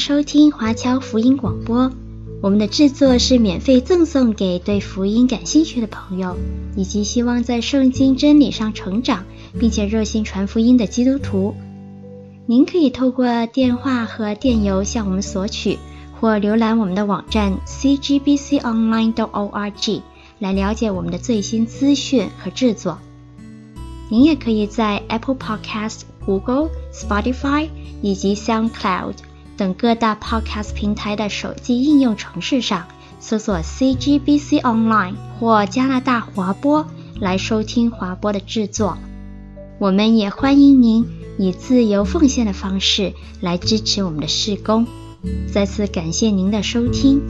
收听华侨福音广播。我们的制作是免费赠送给对福音感兴趣的朋友，以及希望在圣经真理上成长，并且热心传福音的基督徒。您可以透过电话和电邮向我们索取，或浏览我们的网站 cgbconline.org 来了解我们的最新资讯和制作。您也可以在 Apple Podcast、Google、Spotify 以及 SoundCloud 等各大 Podcast 平台的手机应用程式上搜索 CGBC Online 或加拿大华播来收听华播的制作。我们也欢迎您以自由奉献的方式来支持我们的事工。再次感谢您的收听。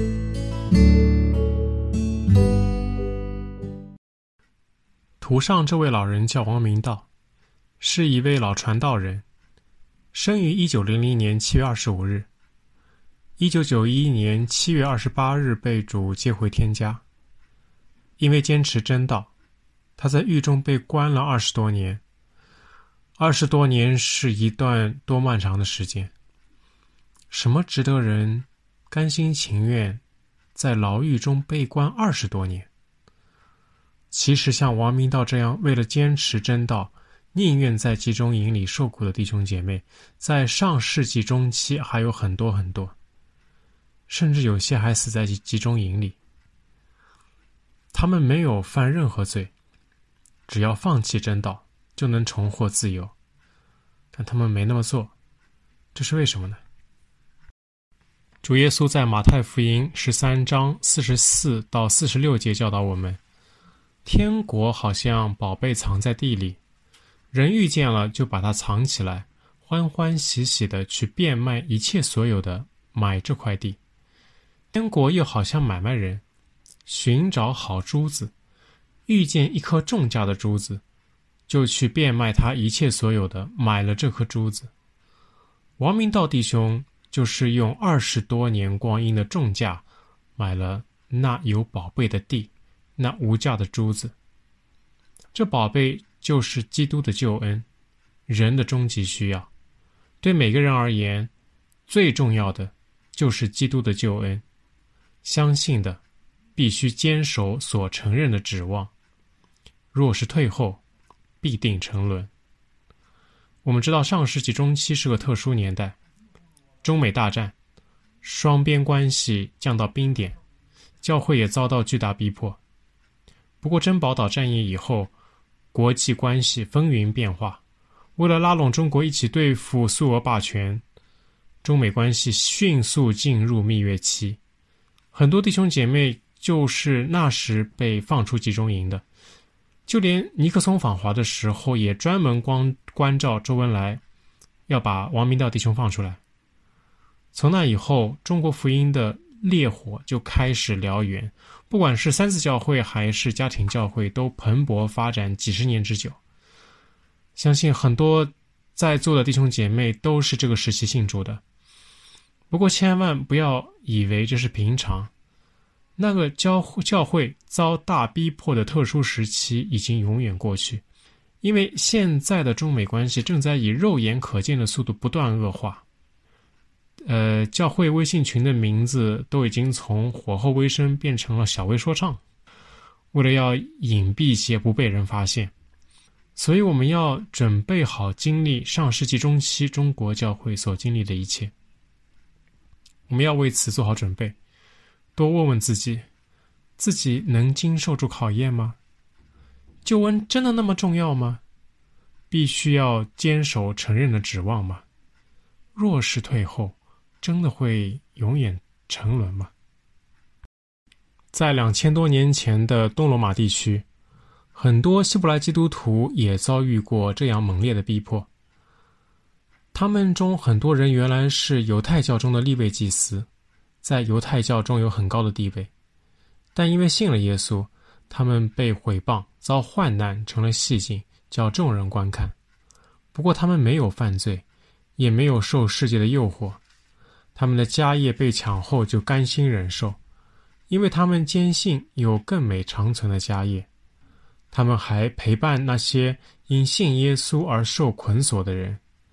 图上这位老人叫王明道，是一位老传道人，生于1900年7月25日，1991年7月28日被主接回天家。因为坚持真道，他在狱中被关了20多年。20多年是一段多漫长的时间。什么值得人甘心情愿在牢狱中被关20多年？其实像王明道这样为了坚持真道宁愿在集中营里受苦的弟兄姐妹，在上世纪中期还有很多很多，甚至有些还死在集中营里。他们没有犯任何罪，只要放弃真道就能重获自由，但他们没那么做，这是为什么呢？主耶稣在马太福音13章44到46节教导我们，天国好像宝贝藏在地里，人遇见了就把它藏起来，欢欢喜喜的去变卖一切所有的，买这块地。天国又好像买卖人，寻找好珠子，遇见一颗重价的珠子，就去变卖他一切所有的，买了这颗珠子。王明道弟兄就是用20多年光阴的重价买了那有宝贝的地，那无价的珠子。这宝贝就是基督的救恩，人的终极需要。对每个人而言，最重要的就是基督的救恩。相信的必须坚守所承认的指望，若是退后，必定沉沦。我们知道上世纪中期是个特殊年代，中美大战，双边关系降到冰点，教会也遭到巨大逼迫。不过珍宝岛战役以后，国际关系风云变化，为了拉拢中国一起对付苏俄霸权，中美关系迅速进入蜜月期。很多弟兄姐妹就是那时被放出集中营的，就连尼克松访华的时候也专门关照周恩来要把王明道弟兄放出来。从那以后，中国福音的烈火就开始燎原，不管是三自教会还是家庭教会，都蓬勃发展几十年之久。相信很多在座的弟兄姐妹都是这个时期信主的。不过千万不要以为这是平常，那个教会遭大逼迫的特殊时期已经永远过去，因为现在的中美关系正在以肉眼可见的速度不断恶化。教会微信群的名字都已经从火候微声变成了小微说唱，为了要隐蔽些不被人发现，所以我们要准备好经历上世纪中期中国教会所经历的一切。我们要为此做好准备，多问问自己能经受住考验吗？救恩真的那么重要吗？必须要坚守承认的指望吗？若是退后，真的会永远沉沦吗？在2000多年前的东罗马地区，很多希伯来基督徒也遭遇过这样猛烈的逼迫。他们中很多人原来是犹太教中的利未祭司，在犹太教中有很高的地位，但因为信了耶稣，他们被毁谤，遭患难，成了戏景，叫众人观看。不过他们没有犯罪，也没有受世界的诱惑，他们的家业被抢后就甘心忍受，因为他们坚信有更美长存的家业。他们还陪伴那些因信耶稣而受捆锁的人，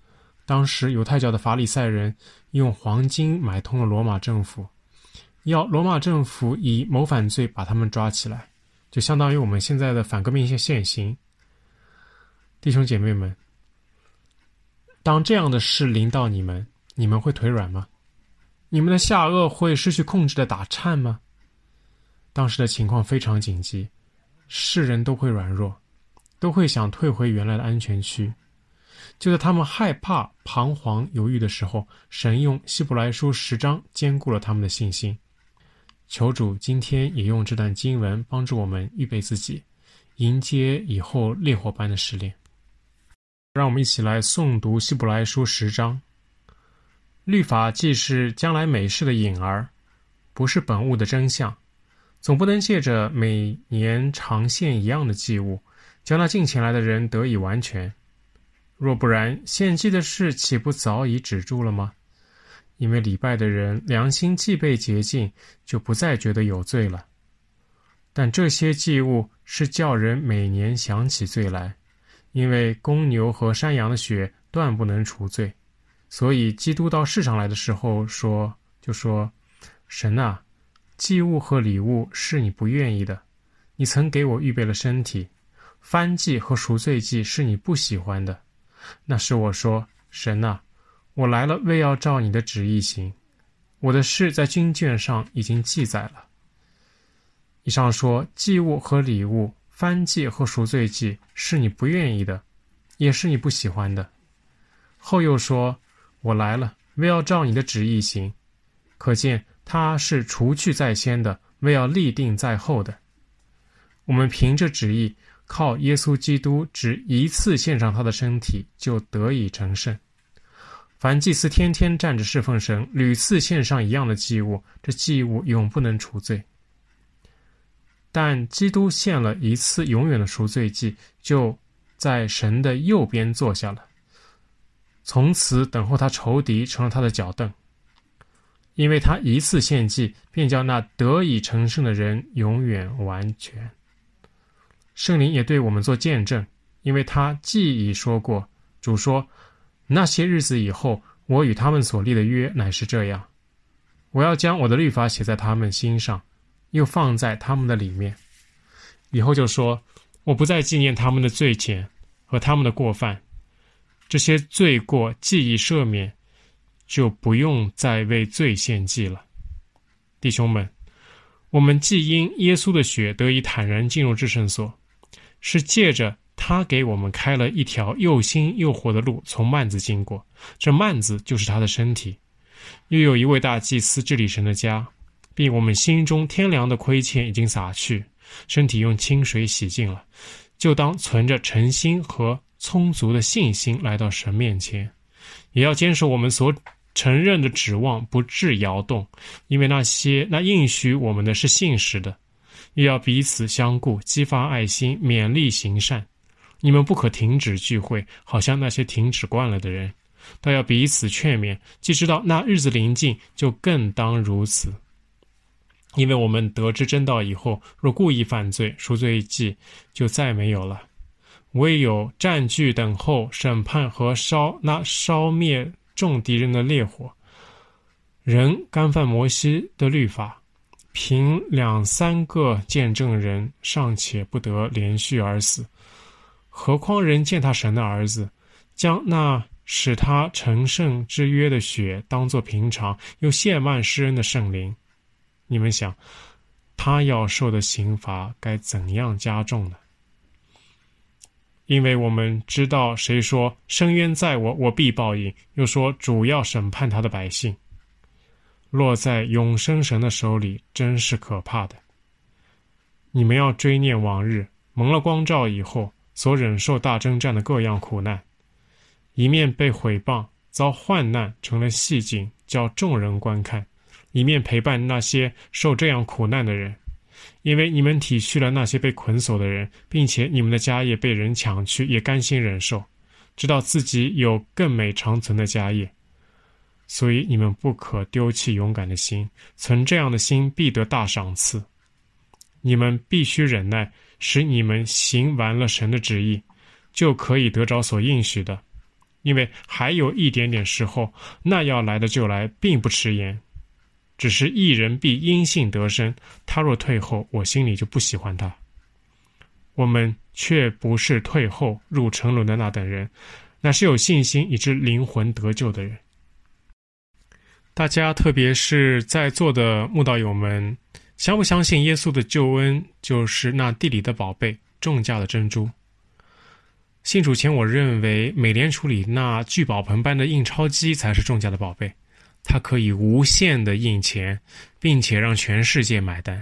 当时犹太教的法利赛人用黄金买通了罗马政府，要罗马政府以谋反罪把他们抓起来，就相当于我们现在的反革命现行。弟兄姐妹们，当这样的事临到你们，你们会腿软吗？你们的下颚会失去控制的打颤吗？当时的情况非常紧急，世人都会软弱，都会想退回原来的安全区。就在他们害怕、彷徨、犹豫的时候，神用希伯来书10章坚固了他们的信心。求主今天也用这段经文帮助我们预备自己，迎接以后烈火般的试炼。让我们一起来诵读希伯来书10章。律法既是将来美事的影儿，不是本物的真相，总不能借着每年常献一样的祭物，将那近前来的人得以完全。若不然，献祭的事岂不早已止住了吗？因为礼拜的人良心既被洁净，就不再觉得有罪了。但这些祭物是叫人每年想起罪来，因为公牛和山羊的血断不能除罪。所以基督到世上来的时候说，神啊，祭物和礼物是你不愿意的，你曾给我预备了身体，燔祭和赎罪祭是你不喜欢的。那时我说，神啊，我来了为要照你的旨意行，我的事在经卷上已经记载了。以上说，祭物和礼物，燔祭和赎罪祭是你不愿意的，也是你不喜欢的。后又说，我来了为要照你的旨意行，可见他是除去在先的，为要立定在后的。我们凭着旨意，靠耶稣基督只一次献上他的身体，就得以成圣。凡祭司天天站着侍奉神，屡次献上一样的祭物，这祭物永不能除罪。但基督献了一次永远的赎罪祭，就在神的右边坐下了，从此等候他仇敌成了他的脚凳。因为他一次献祭，便叫那得以成圣的人永远完全。圣灵也对我们做见证，因为他既已说过，主说，那些日子以后，我与他们所立的约乃是这样，我要将我的律法写在他们心上，又放在他们的里面。以后就说，我不再纪念他们的罪愆和他们的过犯，这些罪过既已赦免，就不用再为罪献祭了。弟兄们，我们既因耶稣的血得以坦然进入至圣所，是借着他给我们开了一条又新又活的路，从幔子经过，这幔子就是他的身体。又有一位大祭司治理神的家，并我们心中天良的亏欠已经洒去，身体用清水洗净了，就当存着诚心和充足的信心来到神面前，也要坚守我们所承认的指望，不致摇动，因为那应许我们的是信实的。又要彼此相顾，激发爱心，勉励行善。你们不可停止聚会，好像那些停止惯了的人，倒要彼此劝勉，既知道那日子临近，就更当如此。因为我们得知真道以后，若故意犯罪，赎罪祭就再没有了，唯有占据等候审判和烧灭众敌人的烈火。人干犯摩西的律法，凭2-3个见证人尚且不得连续而死，何况人践踏神的儿子，将那使他成圣之约的血当作平常，又亵慢施恩的圣灵。你们想，他要受的刑罚该怎样加重呢？因为我们知道谁说伸冤在我，我必报应，又说主要审判他的百姓。落在永生神的手里，真是可怕的。你们要追念往日蒙了光照以后所忍受大征战的各样苦难，一面被毁谤，遭患难成了戏景，叫众人观看，一面陪伴那些受这样苦难的人。因为你们体恤了那些被捆锁的人，并且你们的家业被人抢去，也甘心忍受，知道自己有更美长存的家业。所以你们不可丢弃勇敢的心，存这样的心必得大赏赐。你们必须忍耐，使你们行完了神的旨意，就可以得着所应许的。 因为还有一点点时候，那要来的就来，并不迟延。只是一人必因信得生，他若退后，我心里就不喜欢他。我们却不是退后入沉沦的那等人，乃是有信心以致灵魂得救的人。大家特别是在座的慕道友们，相不相信耶稣的救恩就是那地里的宝贝，重价的珍珠？信主前，我认为美联储里那聚宝盆般的印钞机才是重价的宝贝，它可以无限的印钱，并且让全世界买单。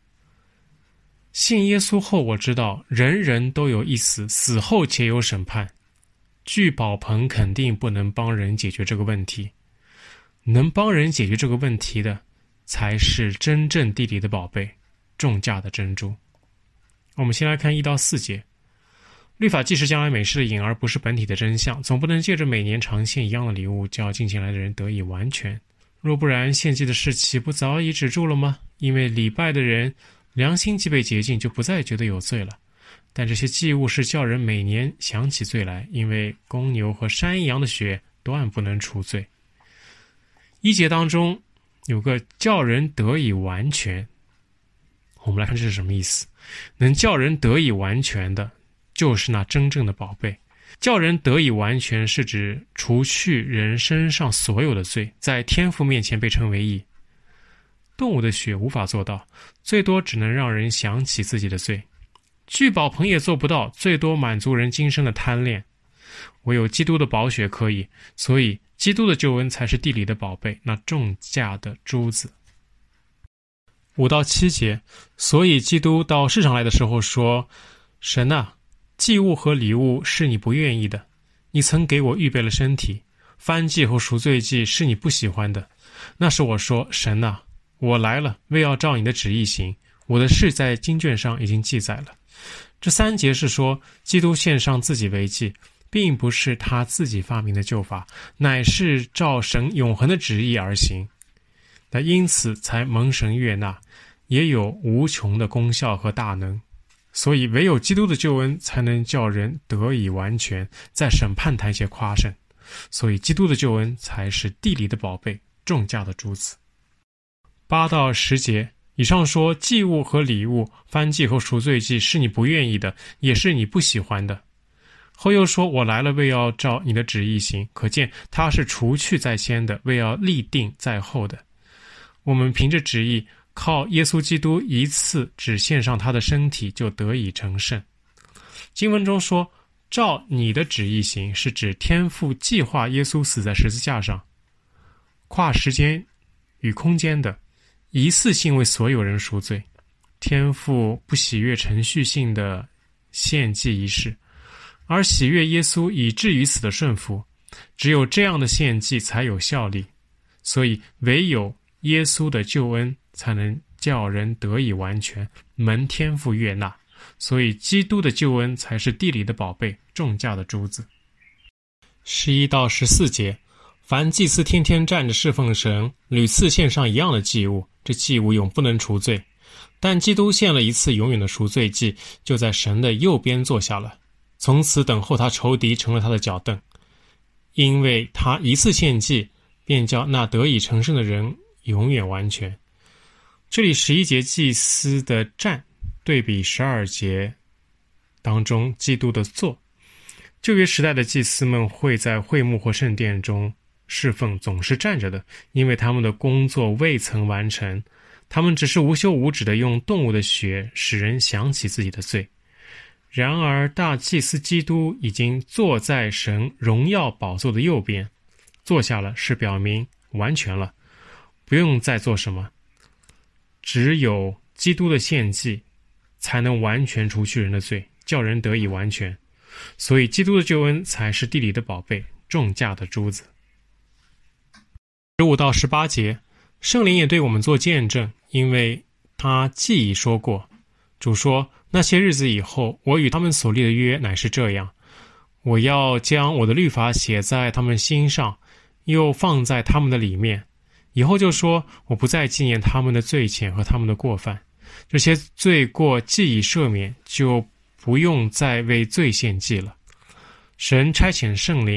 信耶稣后，我知道人人都有一死，死后且有审判。聚宝盆肯定不能帮人解决这个问题，能帮人解决这个问题的，才是真正地里的宝贝，重价的珍珠。我们先来看1到4节。律法既是将来美事的影，而不是本体的真相，总不能借着每年常献一样的礼物，叫近前来的人得以完全。若不然，献祭的事岂不早已止住了吗？因为礼拜的人良心既被洁净，就不再觉得有罪了。但这些祭物是叫人每年想起罪来，因为公牛和山羊的血断不能除罪。1节当中有个叫人得以完全，我们来看这是什么意思。能叫人得以完全的，就是那真正的宝贝。叫人得以完全是指除去人身上所有的罪，在天父面前被称为义。动物的血无法做到，最多只能让人想起自己的罪。聚宝盆也做不到，最多满足人今生的贪恋。唯有基督的宝血可以，所以基督的救恩才是地里的宝贝，那重价的珠子。5到7节，所以基督到世上来的时候说：神啊，祭物和礼物是你不愿意的，你曾给我预备了身体，燔祭和赎罪祭是你不喜欢的。那时我说：神啊，我来了，为要照你的旨意行，我的事在经卷上已经记载了。这3节是说，基督献上自己为祭，并不是他自己发明的旧法，乃是照神永恒的旨意而行。那因此才蒙神悦纳，也有无穷的功效和大能。所以唯有基督的救恩才能叫人得以完全，在审判台前夸胜。所以基督的救恩才是地里的宝贝，重价的珠子。8到10节，以上说祭物和礼物、燔祭和赎罪祭是你不愿意的，也是你不喜欢的。后又说，我来了，为要照你的旨意行。可见他是除去在先的，为要立定在后的。我们凭着旨意，靠耶稣基督一次只献上他的身体，就得以成圣。经文中说，照你的旨意行，是指天父计划耶稣死在十字架上，跨时间与空间的，一次性为所有人赎罪。天父不喜悦程序性的献祭仪式，而喜悦耶稣以至于死的顺服。只有这样的献祭才有效力，所以唯有耶稣的救恩才能叫人得以完全，蒙天父悦纳。所以基督的救恩才是地里的宝贝，重价的珠子。11到14节，凡祭司天天站着侍奉神，屡次献上一样的祭物，这祭物永不能除罪。但基督献了一次永远的赎罪祭，就在神的右边坐下了，从此等候他仇敌成了他的脚凳。因为他一次献祭，便叫那得以成圣的人永远完全。这里11节祭司的站对比12节当中基督的坐。旧约时代的祭司们会在会幕或圣殿中侍奉，总是站着的，因为他们的工作未曾完成，他们只是无休无止地用动物的血使人想起自己的罪。然而大祭司基督已经坐在神荣耀宝座的右边，坐下了是表明完全了，不用再做什么。只有基督的献祭才能完全除去人的罪，叫人得以完全。所以基督的救恩才是地里的宝贝，重价的珠子。15到18节，圣灵也对我们做见证，因为他既已说过，主说，那些日子以后，我与他们所立的约乃是这样，我要将我的律法写在他们心上，又放在他们的里面。以后就说，我不再纪念他们的罪愆和他们的过犯，这些罪过既已赦免，就不用再为罪献祭了。神差遣圣灵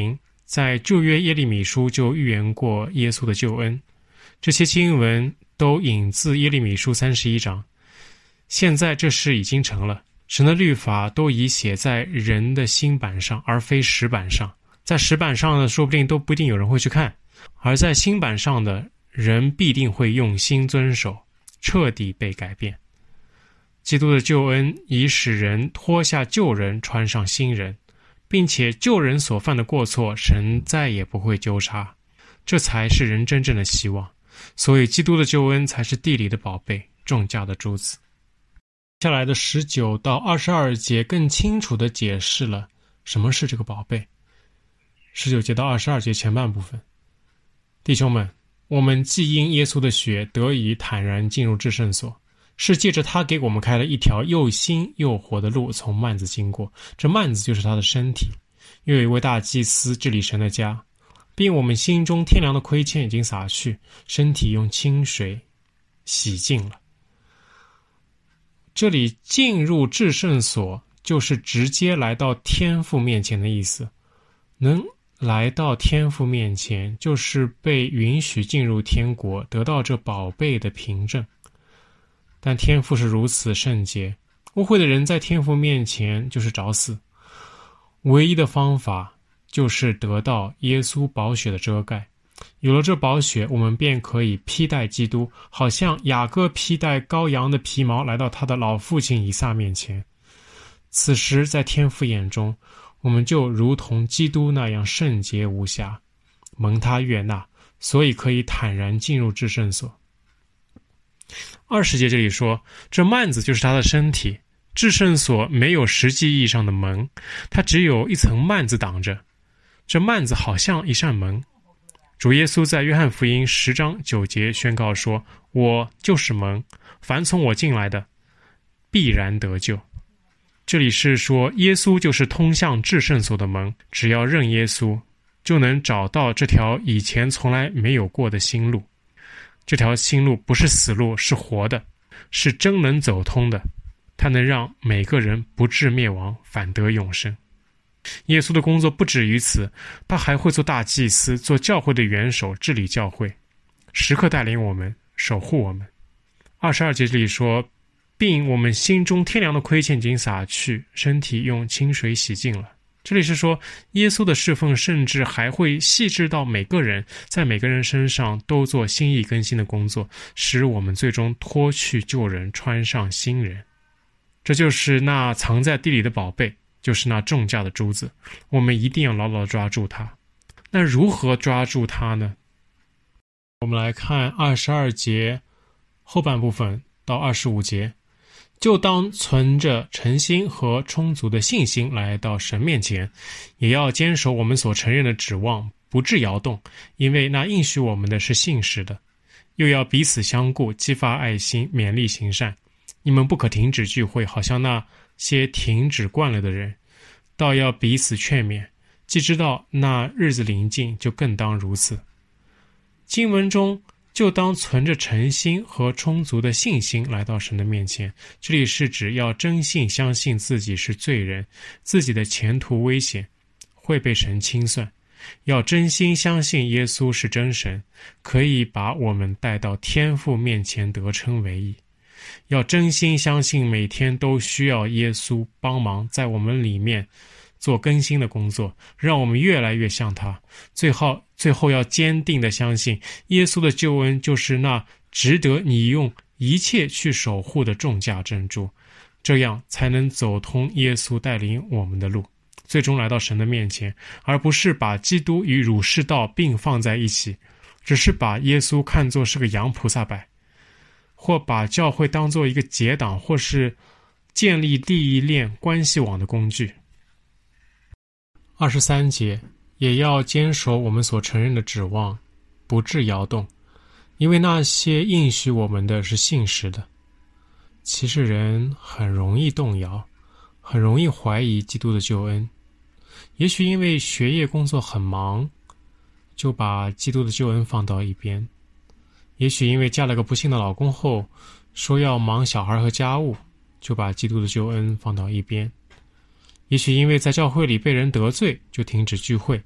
在旧约耶利米书就预言过耶稣的救恩，这些经文都引自耶利米书31章。现在这事已经成了，神的律法都已写在人的心板上，而非石板上。在石板上的说不定都不一定有人会去看，而在心板上的人必定会用心遵守，彻底被改变。基督的救恩已使人脱下旧人，穿上新人，并且旧人所犯的过错，神再也不会纠察，这才是人真正的希望。所以基督的救恩才是地里的宝贝，重价的珠子。接下来的19到22节更清楚地解释了什么是这个宝贝。19节到22节前半部分，弟兄们，我们既因耶稣的血得以坦然进入至圣所，是借着他给我们开了一条又新又活的路，从幔子经过。这幔子就是他的身体。又有一位大祭司治理神的家，并我们心中天良的亏欠已经洒去，身体用清水洗净了。这里进入至圣所就是直接来到天父面前的意思。能来到天父面前，就是被允许进入天国，得到这宝贝的凭证。但天父是如此圣洁，污秽的人在天父面前就是找死。唯一的方法就是得到耶稣宝血的遮盖。有了这宝血，我们便可以披戴基督，好像雅各披戴羔羊的皮毛来到他的老父亲以撒面前。此时在天父眼中，我们就如同基督那样圣洁无瑕，蒙他悦纳，所以可以坦然进入至圣所。20节这里说，这幔子就是他的身体。至圣所没有实际意义上的门，它只有一层幔子挡着。这幔子好像一扇门。主耶稣在约翰福音10章9节宣告说，我就是门，凡从我进来的必然得救。这里是说耶稣就是通向至圣所的门，只要认耶稣，就能找到这条以前从来没有过的新路。这条新路不是死路，是活的，是真能走通的，它能让每个人不至灭亡，反得永生。耶稣的工作不止于此，他还会做大祭司，做教会的元首，治理教会，时刻带领我们，守护我们。22节这里说，并我们心中天良的亏欠已经洒去，身体用清水洗净了。这里是说，耶稣的侍奉甚至还会细致到每个人，在每个人身上都做心意更新的工作，使我们最终脱去旧人，穿上新人。这就是那藏在地里的宝贝，就是那重价的珠子，我们一定要牢牢抓住它。那如何抓住它呢？我们来看22节后半部分到25节，就当存着诚心和充足的信心来到神面前，也要坚守我们所承认的指望，不致摇动，因为那应许我们的是信实的。又要彼此相顾，激发爱心，勉励行善。你们不可停止聚会，好像那些停止惯了的人，倒要彼此劝勉，既知道那日子临近，就更当如此。经文中就当存着诚心和充足的信心来到神的面前，这里是指要真信相信自己是罪人，自己的前途危险，会被神清算。要真心相信耶稣是真神，可以把我们带到天父面前得称为义。要真心相信每天都需要耶稣帮忙在我们里面做更新的工作，让我们越来越像他。最后要坚定地相信耶稣的救恩就是那值得你用一切去守护的重价珍珠，这样才能走通耶稣带领我们的路，最终来到神的面前，而不是把基督与儒释道并放在一起，只是把耶稣看作是个洋菩萨摆，或把教会当作一个结党，或是建立利益链关系网的工具。23节，也要坚守我们所承认的指望，不致摇动，因为那些应许我们的是信实的。其实人很容易动摇，很容易怀疑基督的救恩，也许因为学业工作很忙，就把基督的救恩放到一边，也许因为嫁了个不幸的老公后，说要忙小孩和家务，就把基督的救恩放到一边，也许因为在教会里被人得罪，就停止聚会，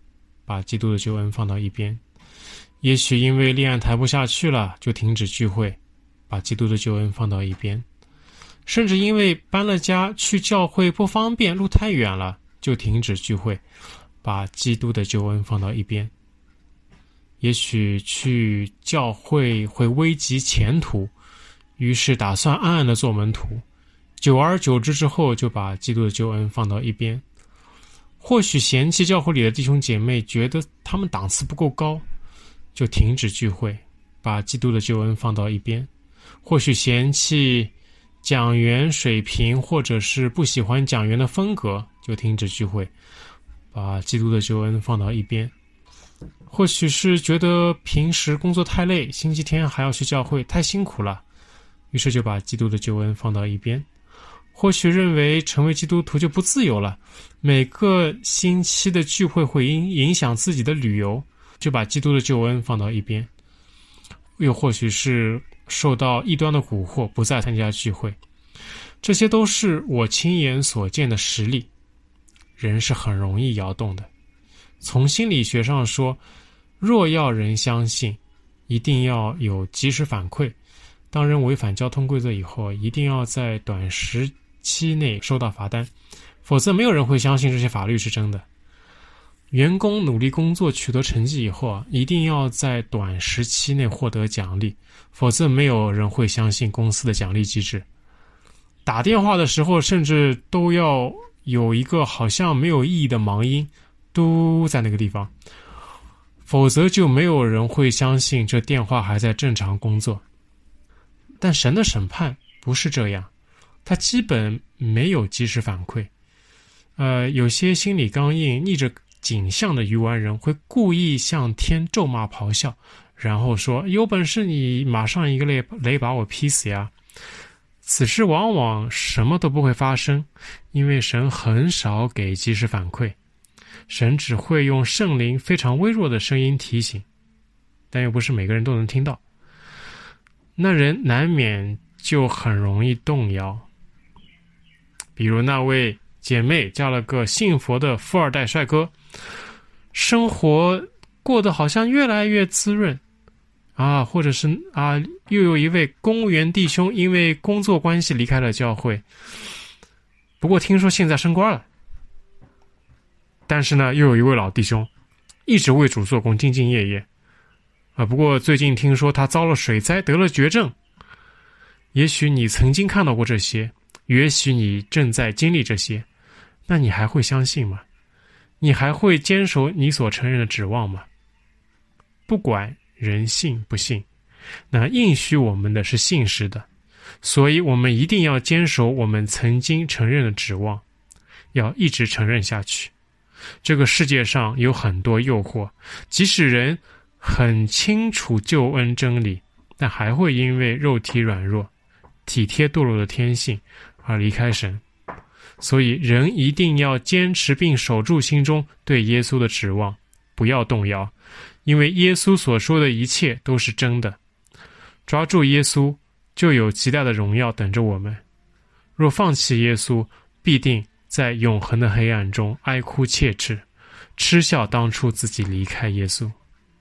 把基督的救恩放到一边；也许因为立案抬不下去了，就停止聚会，把基督的救恩放到一边；甚至因为搬了家，去教会不方便，路太远了，就停止聚会，把基督的救恩放到一边。也许去教会会危及前途，于是打算暗暗的做门徒，久而久之之后就把基督的救恩放到一边。或许嫌弃教会里的弟兄姐妹，觉得他们档次不够高，就停止聚会，把基督的救恩放到一边。或许嫌弃讲员水平，或者是不喜欢讲员的风格，就停止聚会，把基督的救恩放到一边。或许是觉得平时工作太累，星期天还要去教会，太辛苦了，于是就把基督的救恩放到一边。或许认为成为基督徒就不自由了，每个星期的聚会会影响自己的旅游，就把基督的救恩放到一边。又或许是受到异端的蛊惑，不再参加聚会。这些都是我亲眼所见的实例。人是很容易摇动的。从心理学上说，若要人相信，一定要有及时反馈。当人违反交通规则以后，一定要在短时期内收到罚单，否则没有人会相信这些法律是真的。员工努力工作取得成绩以后一定要在短时期内获得奖励，否则没有人会相信公司的奖励机制。打电话的时候甚至都要有一个好像没有意义的忙音嘟在那个地方，否则就没有人会相信这电话还在正常工作。但神的审判不是这样，他基本没有及时反馈。有些心理刚硬逆着景象的愚顽人会故意向天咒骂咆哮，然后说有本事你马上一个雷把我劈死呀。此时往往什么都不会发生，因为神很少给及时反馈，神只会用圣灵非常微弱的声音提醒，但又不是每个人都能听到，那人难免就很容易动摇。比如那位姐妹嫁了个信佛的富二代帅哥，生活过得好像越来越滋润啊，或者是又有一位公务员弟兄因为工作关系离开了教会，不过听说现在升官了。但是呢，又有一位老弟兄一直为主做工，兢兢业业不过最近听说他遭了水灾，得了绝症。也许你曾经看到过这些，也许你正在经历这些，那你还会相信吗？你还会坚守你所承认的指望吗？不管人信不信，那应许我们的是信实的，所以我们一定要坚守我们曾经承认的指望，要一直承认下去。这个世界上有很多诱惑，即使人很清楚救恩真理，但还会因为肉体软弱、体贴堕落的天性而离开神。所以人一定要坚持并守住心中对耶稣的指望，不要动摇，因为耶稣所说的一切都是真的。抓住耶稣，就有极大的荣耀等着我们。若放弃耶稣，必定在永恒的黑暗中哀哭切齿，嗤笑当初自己离开耶稣。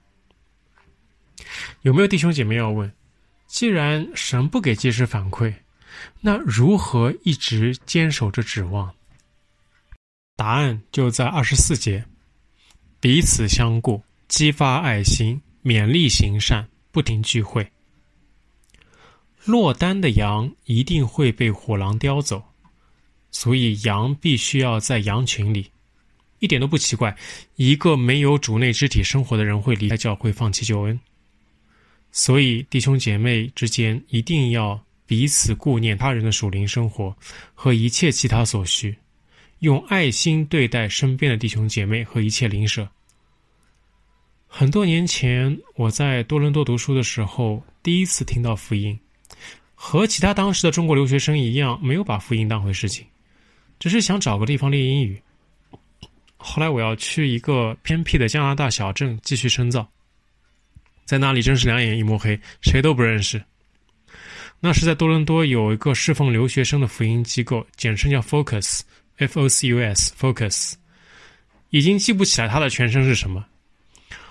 有没有弟兄姐妹要问，既然神不给及时反馈，那如何一直坚守着指望？答案就在24节，彼此相顾，激发爱心，勉励行善，不停聚会。落单的羊一定会被虎狼叼走，所以羊必须要在羊群里。一点都不奇怪，一个没有主内肢体生活的人会离开教会，放弃救恩。所以弟兄姐妹之间一定要彼此顾念他人的属灵生活和一切其他所需，用爱心对待身边的弟兄姐妹和一切邻舍。很多年前我在多伦多读书的时候，第一次听到福音，和其他当时的中国留学生一样，没有把福音当回事情，只是想找个地方练英语。后来我要去一个偏僻的加拿大小镇继续深造，在那里真是两眼一抹黑，谁都不认识。那是在多伦多有一个侍奉留学生的福音机构，简称叫 Focus， Focus， 已经记不起来它的全称是什么，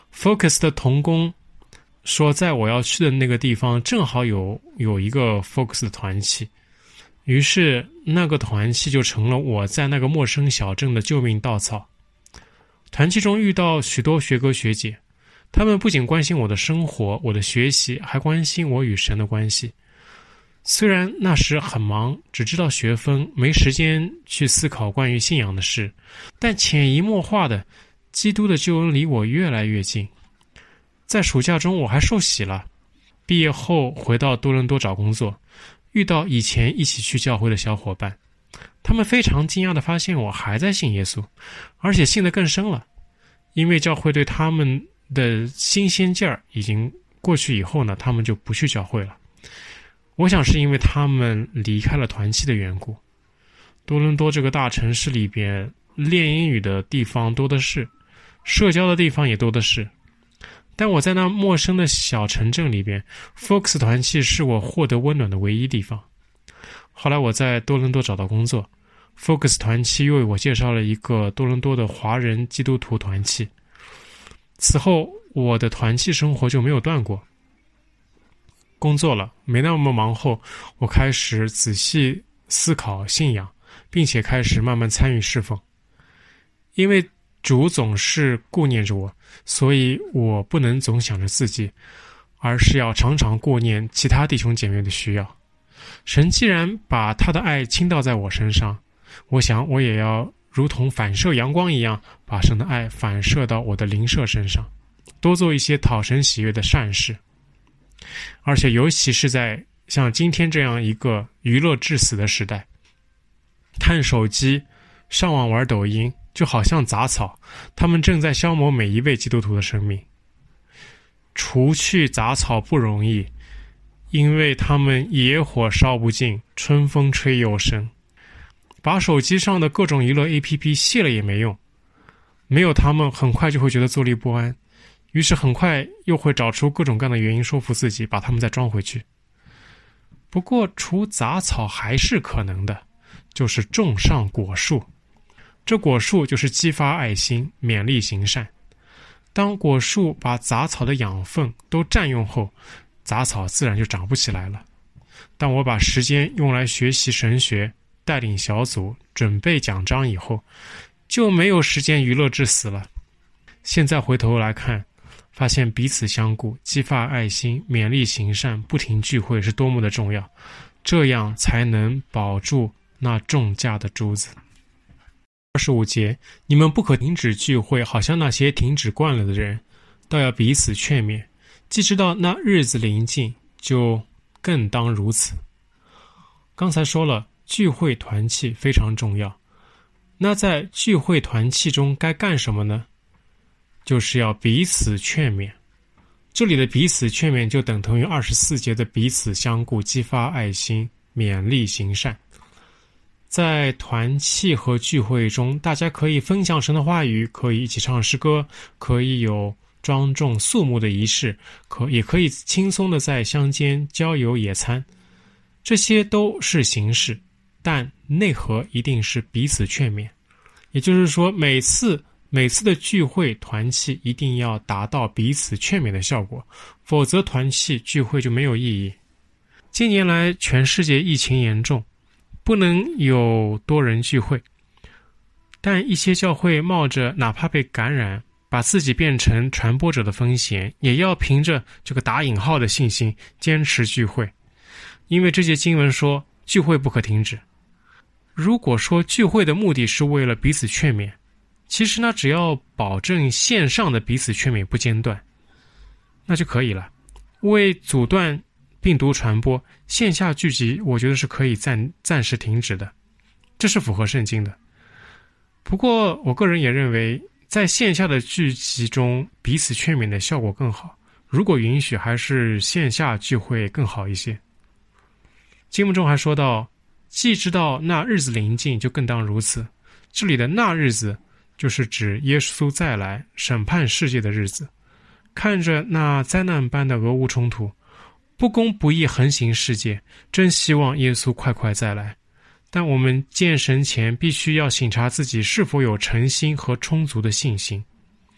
Focus 的同工说，在我要去的那个地方正好有一个 Focus 的团契，于是那个团契就成了我在那个陌生小镇的救命稻草。团契中遇到许多学哥学姐，他们不仅关心我的生活、我的学习，还关心我与神的关系。虽然那时很忙，只知道学分，没时间去思考关于信仰的事，但潜移默化的，基督的救恩离我越来越近。在暑假中我还受洗了，毕业后回到多伦多找工作，遇到以前一起去教会的小伙伴，他们非常惊讶地发现我还在信耶稣，而且信得更深了。因为教会对他们的新鲜劲儿已经过去以后呢，他们就不去教会了。我想是因为他们离开了团契的缘故。多伦多这个大城市里边，练英语的地方多的是，社交的地方也多的是。但我在那陌生的小城镇里边， Focus 团契是我获得温暖的唯一地方。后来我在多伦多找到工作， Focus 团契又为我介绍了一个多伦多的华人基督徒团契。此后我的团契生活就没有断过。工作了，没那么忙后，我开始仔细思考信仰，并且开始慢慢参与侍奉。因为主总是顾念着我，所以我不能总想着自己，而是要常常顾念其他弟兄姐妹的需要。神既然把他的爱倾倒在我身上，我想我也要如同反射阳光一样，把神的爱反射到我的邻舍身上，多做一些讨神喜悦的善事。而且尤其是在像今天这样一个娱乐至死的时代，看手机、上网玩抖音就好像杂草，他们正在消磨每一位基督徒的生命。除去杂草不容易，因为他们野火烧不尽，春风吹又生。把手机上的各种娱乐 APP 卸了也没用，没有他们很快就会觉得坐立不安，于是很快又会找出各种各样的原因说服自己，把他们再装回去。不过除杂草还是可能的，就是种上果树。这果树就是激发爱心，勉励行善。当果树把杂草的养分都占用后，杂草自然就长不起来了。当我把时间用来学习神学，带领小组，准备讲章以后，就没有时间娱乐至死了。现在回头来看，发现彼此相顾，激发爱心，勉励行善，不停聚会是多么的重要，这样才能保住那重价的珠子。25节，你们不可停止聚会，好像那些停止惯了的人，倒要彼此劝勉，既知道那日子临近，就更当如此。刚才说了，聚会团契非常重要。那在聚会团契中该干什么呢？就是要彼此劝勉。这里的彼此劝勉就等同于24节的彼此相顾，激发爱心，勉励行善。在团契和聚会中，大家可以分享神的话语，可以一起唱诗歌，可以有庄重肃穆的仪式，也可以轻松的在乡间郊游野餐，这些都是形式，但内核一定是彼此劝勉。也就是说，每次的聚会团契一定要达到彼此劝勉的效果，否则团契聚会就没有意义。近年来全世界疫情严重，不能有多人聚会，但一些教会冒着哪怕被感染，把自己变成传播者的风险，也要凭着这个打引号的信心坚持聚会。因为这节经文说聚会不可停止。如果说聚会的目的是为了彼此劝勉，其实呢，只要保证线上的彼此劝勉不间断，那就可以了。为阻断病毒传播，线下聚集我觉得是可以暂时停止的，这是符合圣经的。不过我个人也认为，在线下的聚集中彼此劝勉的效果更好，如果允许，还是线下聚会更好一些。经文中还说到，既知道那日子临近，就更当如此。这里的那日子就是指耶稣再来审判世界的日子。看着那灾难般的俄乌冲突，不公不义横行世界，真希望耶稣快快再来。但我们见神前必须要省察自己是否有诚心和充足的信心。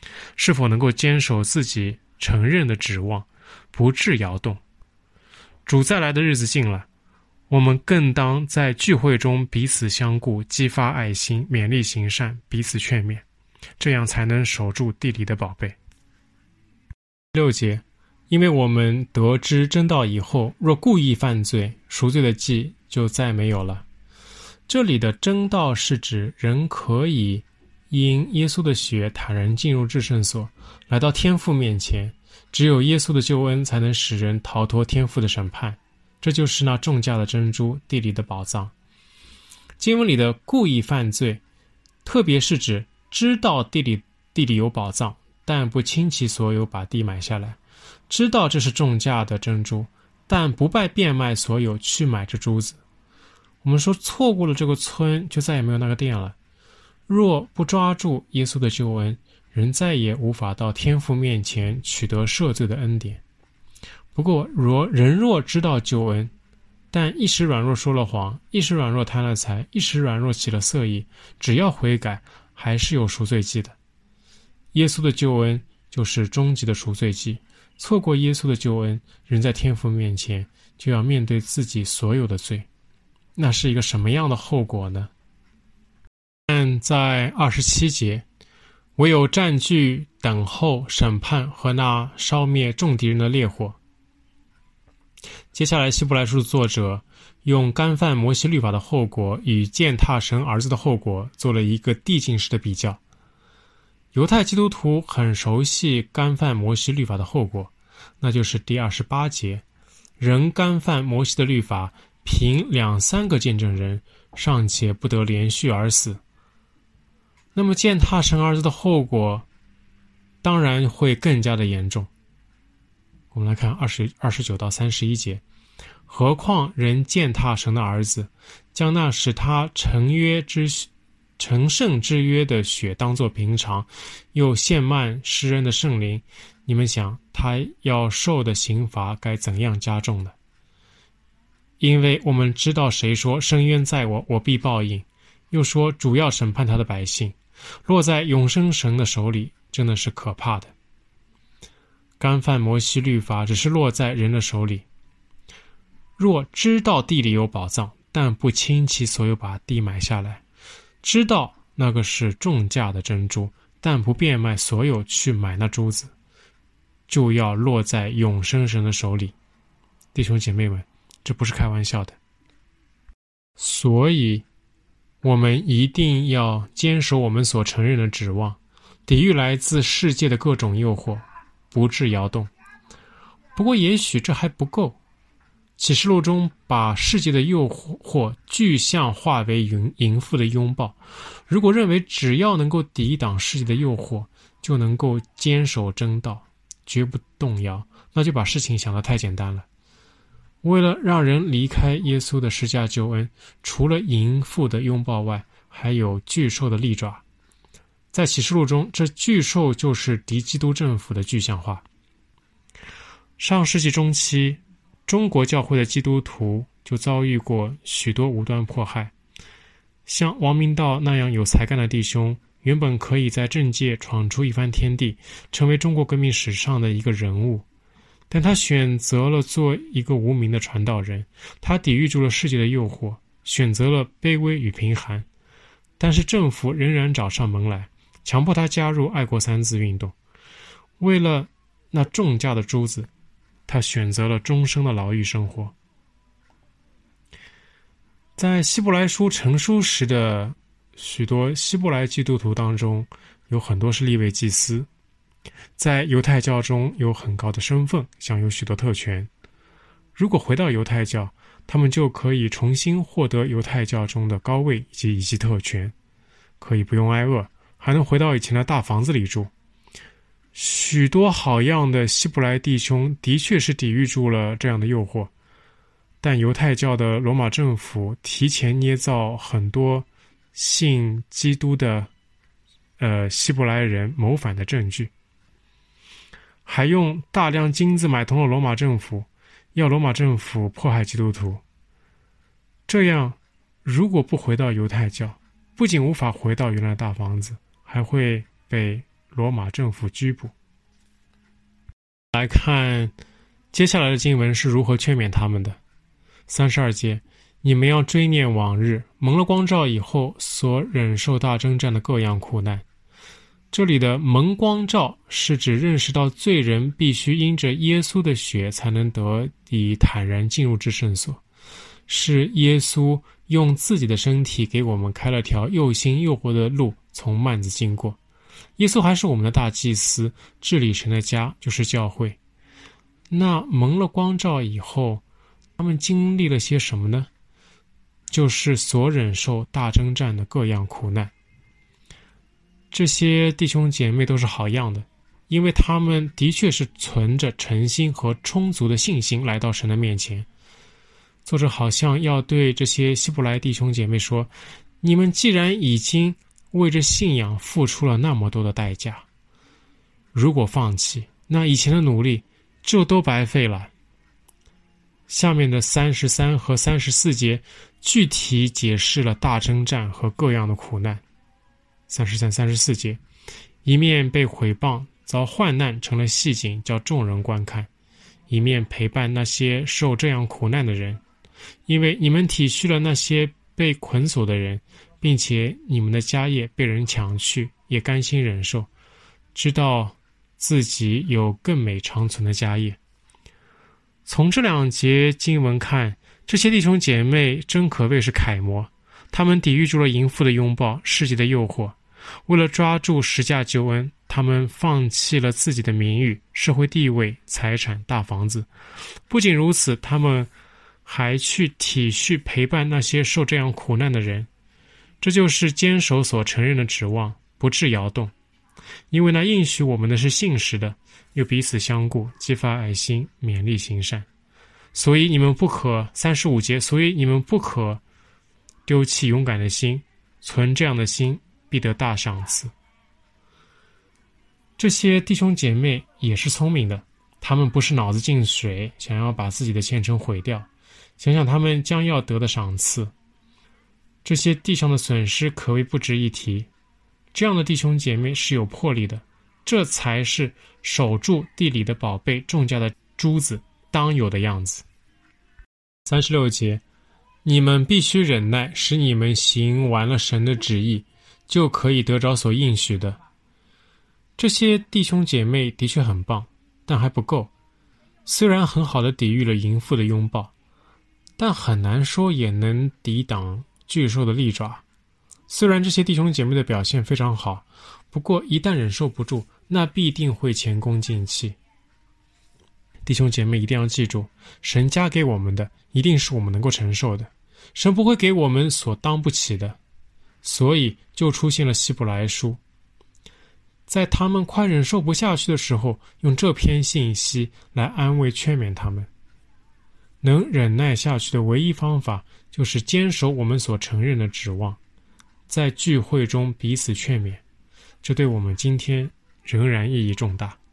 是否能够坚守自己承认的指望，不致摇动。主再来的日子近了，我们更当在聚会中彼此相顾，激发爱心，勉励行善，彼此劝勉，这样才能守住地里的宝贝。6节，因为我们得知真道以后，若故意犯罪，赎罪的祭就再没有了。这里的真道是指人可以因耶稣的血坦然进入至圣所，来到天父面前，只有耶稣的救恩才能使人逃脱天父的审判。这就是那重价的珍珠，地里的宝藏。经文里的故意犯罪，特别是指知道地里有宝藏，但不倾其所有把地买下来，知道这是重价的珍珠，但不拜变卖所有去买这珠子。我们说错过了这个村，就再也没有那个店了。若不抓住耶稣的救恩，人再也无法到天父面前取得赦罪的恩典。不过人若知道救恩，但一时软弱说了谎，一时软弱贪了财，一时软弱起了色意，只要悔改，还是有赎罪祭的。耶稣的救恩就是终极的赎罪祭，错过耶稣的救恩，人在天父面前就要面对自己所有的罪。那是一个什么样的后果呢？但在27节，唯有占据等候审判和那烧灭众敌人的烈火。接下来希伯来书的作者用干犯摩西律法的后果与践踏神儿子的后果做了一个递进式的比较。犹太基督徒很熟悉干犯摩西律法的后果，那就是第28节，人干犯摩西的律法，凭2-3个见证人尚且不得连续而死。那么践踏神儿子的后果当然会更加的严重。我们来看29到31节，何况人践踏神的儿子，将那使他成圣之约的血当作平常，又献慢施恩的圣灵，你们想他要受的刑罚该怎样加重呢？因为我们知道谁说深渊在我，我必报应，又说主要审判他的百姓，落在永生神的手里，真的是可怕的。干犯摩西律法只是落在人的手里，若知道地里有宝藏，但不倾其所有把地买下来，知道那个是重价的珍珠，但不变卖所有去买那珠子，就要落在永生神的手里。弟兄姐妹们，这不是开玩笑的。所以我们一定要坚守我们所承认的指望，抵御来自世界的各种诱惑，不致摇动。不过也许这还不够，启示录中把世界的诱惑具象化为淫妇的拥抱。如果认为只要能够抵挡世界的诱惑，就能够坚守真道，绝不动摇，那就把事情想得太简单了。为了让人离开耶稣的十架救恩，除了淫妇的拥抱外，还有巨兽的利爪。在启示录中，这巨兽就是敌基督政府的具象化。上世纪中期，中国教会的基督徒就遭遇过许多无端迫害。像王明道那样有才干的弟兄，原本可以在政界闯出一番天地，成为中国革命史上的一个人物，但他选择了做一个无名的传道人，他抵御住了世界的诱惑，选择了卑微与贫寒，但是政府仍然找上门来，强迫他加入爱国三字运动。为了那重价的珠子，他选择了终生的牢狱生活。在希伯来书成书时的许多希伯来基督徒当中，有很多是利未祭司，在犹太教中有很高的身份，享有许多特权。如果回到犹太教，他们就可以重新获得犹太教中的高位以及特权，可以不用挨饿，还能回到以前的大房子里住。许多好样的希伯来弟兄的确是抵御住了这样的诱惑，但犹太教的罗马政府提前捏造很多信基督的希伯来人谋反的证据，还用大量金子买通了罗马政府，要罗马政府迫害基督徒。这样如果不回到犹太教，不仅无法回到原来的大房子，还会被罗马政府拘捕。来看接下来的经文是如何劝勉他们的。32节，你们要追念往日蒙了光照以后所忍受大征战的各样苦难。这里的蒙光照是指认识到罪人必须因着耶稣的血才能得以坦然进入至圣所，是耶稣用自己的身体给我们开了条又新又活的路，从幔子经过。耶稣还是我们的大祭司，治理神的家，就是教会。那蒙了光照以后，他们经历了些什么呢？就是所忍受大征战的各样苦难。这些弟兄姐妹都是好样的，因为他们的确是存着诚心和充足的信心来到神的面前。作者好像要对这些希伯来弟兄姐妹说，你们既然已经为着信仰付出了那么多的代价，如果放弃，那以前的努力就都白费了。下面的33和34节具体解释了大征战和各样的苦难。33、34节，一面被毁谤，遭患难成了戏景，叫众人观看；一面陪伴那些受这样苦难的人，因为你们体恤了那些被捆锁的人，并且你们的家业被人抢去，也甘心忍受，知道自己有更美长存的家业。从这2节经文看，这些弟兄姐妹真可谓是楷模，他们抵御住了淫妇的拥抱，世界的诱惑。为了抓住十架救恩，他们放弃了自己的名誉、社会地位、财产、大房子。不仅如此，他们还去体恤陪伴那些受这样苦难的人。这就是坚守所承认的指望，不致摇动。因为那应许我们的是信实的，又彼此相顾，激发爱心，勉励行善。所以你们不可，35节，所以你们不可丢弃勇敢的心，存这样的心，必得大赏赐。这些弟兄姐妹也是聪明的，他们不是脑子进水，想要把自己的前程毁掉。想想他们将要得的赏赐，这些地上的损失可谓不值一提。这样的弟兄姐妹是有魄力的，这才是守住地里的宝贝、重价的珠子当有的样子。36节，你们必须忍耐，使你们行完了神的旨意，就可以得着所应许的。这些弟兄姐妹的确很棒，但还不够。虽然很好的抵御了淫妇的拥抱，但很难说也能抵挡巨兽的利爪。虽然这些弟兄姐妹的表现非常好，不过一旦忍受不住，那必定会前功尽弃。弟兄姐妹一定要记住，神加给我们的一定是我们能够承受的，神不会给我们所当不起的。所以就出现了希伯来书，在他们快忍受不下去的时候，用这篇信息来安慰劝勉他们。能忍耐下去的唯一方法，就是坚守我们所承认的指望，在聚会中彼此劝勉，这对我们今天仍然意义重大。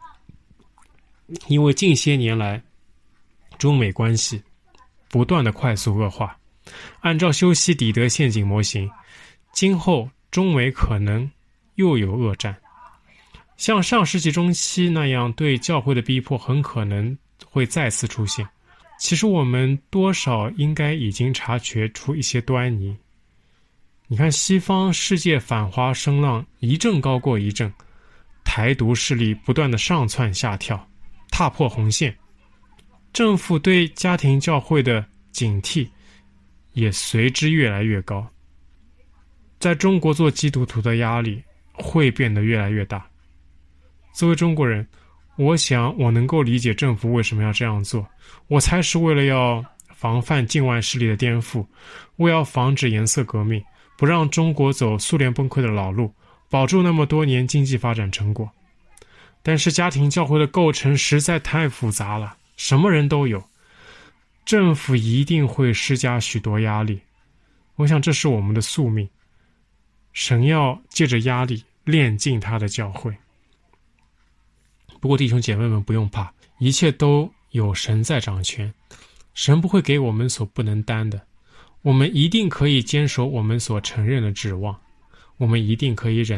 因为近些年来，中美关系不断的快速恶化，按照修昔底德陷阱模型，今后中美可能又有恶战。像上世纪中期那样对教会的逼迫很可能会再次出现。其实我们多少应该已经察觉出一些端倪。你看西方世界反华声浪一阵高过一阵，台独势力不断的上蹿下跳，踏破红线，政府对家庭教会的警惕也随之越来越高。在中国做基督徒的压力会变得越来越大。作为中国人，我想我能够理解政府为什么要这样做，我才是为了要防范境外势力的颠覆，我要防止颜色革命，不让中国走苏联崩溃的老路，保住那么多年经济发展成果。但是家庭教会的构成实在太复杂了，什么人都有，政府一定会施加许多压力。我想这是我们的宿命，神要借着压力炼净他的教会。不过弟兄姐妹们不用怕，一切都有神在掌权，神不会给我们所不能担的，我们一定可以坚守我们所承认的指望，我们一定可以忍耐，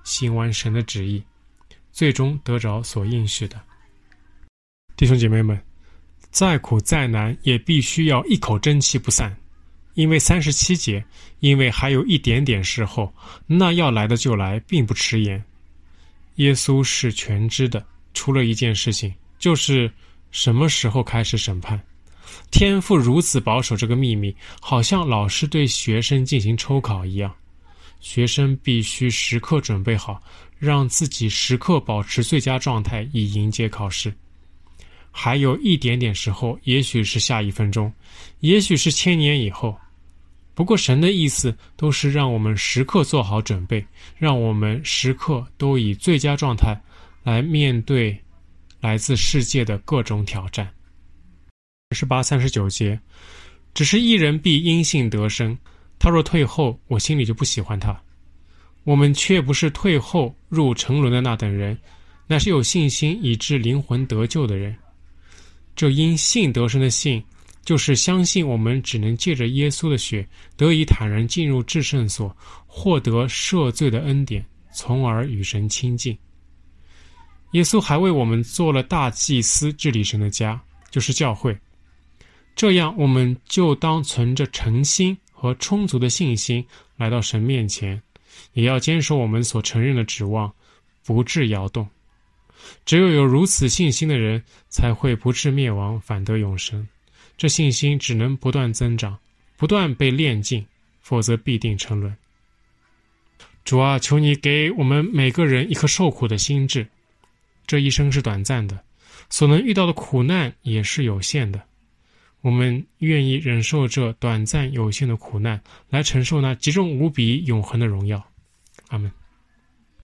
行完神的旨意，最终得着所应许的。弟兄姐妹们，再苦再难也必须要一口真气不散，因为37节，因为还有一点点时候，那要来的就来，并不迟延。耶稣是全知的，除了一件事情，就是什么时候开始审判。天父如此保守这个秘密，好像老师对学生进行抽考一样，学生必须时刻准备好，让自己时刻保持最佳状态，以迎接考试。还有一点点时候，也许是下1分钟，也许是1000年以后。不过神的意思都是让我们时刻做好准备，让我们时刻都以最佳状态来面对来自世界的各种挑战。18、39节，只是一人必因信得生，他若退后，我心里就不喜欢他。我们却不是退后入沉沦的那等人，乃是有信心以致灵魂得救的人。这因信得生的信，就是相信我们只能借着耶稣的血得以坦然进入至圣所，获得赦罪的恩典，从而与神亲近。耶稣还为我们做了大祭司，治理神的家，就是教会。这样我们就当存着诚心和充足的信心来到神面前，也要坚守我们所承认的指望，不致摇动。只有如此信心的人，才会不致灭亡，反得永生。这信心只能不断增长，不断被炼净，否则必定沉沦。主啊，求你给我们每个人一颗受苦的心志。这一生是短暂的，所能遇到的苦难也是有限的。我们愿意忍受这短暂有限的苦难，来承受那极重无比永恒的荣耀。阿们。